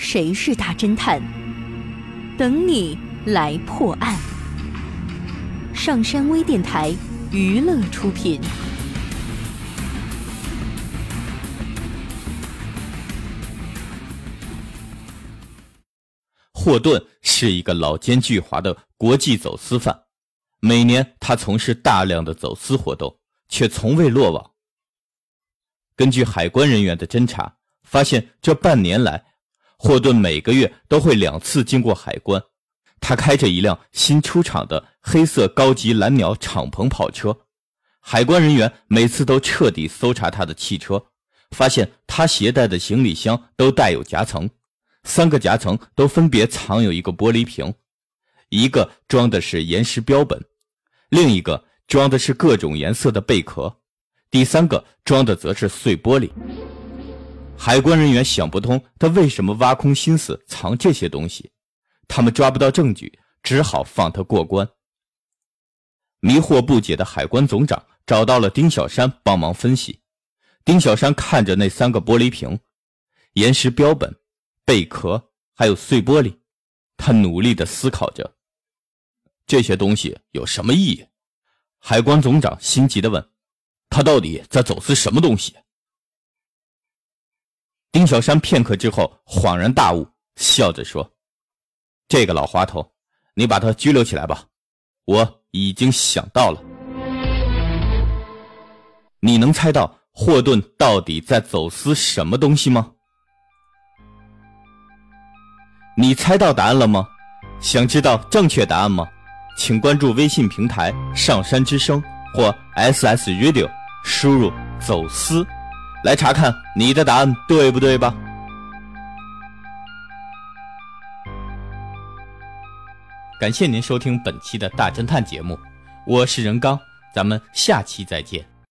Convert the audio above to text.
谁是大侦探？等你来破案。上山微电台娱乐出品。 霍顿是一个老奸巨猾的国际走私犯，每年他从事大量的走私活动，却从未落网。根据海关人员的侦查，发现这半年来，霍顿每个月都会2次经过海关。他开着一辆新出厂的黑色高级蓝鸟敞篷跑车，海关人员每次都彻底搜查他的汽车，发现他携带的行李箱都带有夹层，3个夹层都分别藏有一个玻璃瓶，一个装的是岩石标本，另一个装的是各种颜色的贝壳，第3个装的则是碎玻璃。海关人员想不通他为什么挖空心思藏这些东西，他们抓不到证据，只好放他过关。迷惑不解的海关总长找到了丁小山帮忙分析。丁小山看着那3个玻璃瓶、岩石标本、贝壳还有碎玻璃，他努力地思考着，这些东西有什么意义？海关总长心急地问，他到底在走私什么东西？丁小山片刻之后恍然大悟，笑着说，这个老滑头，你把他拘留起来吧，我已经想到了。你能猜到霍顿到底在走私什么东西吗？你猜到答案了吗？想知道正确答案吗？请关注微信平台上山之声或 SS Radio， 输入走私来查看你的答案对不对吧。感谢您收听本期的大侦探节目，我是任刚，咱们下期再见。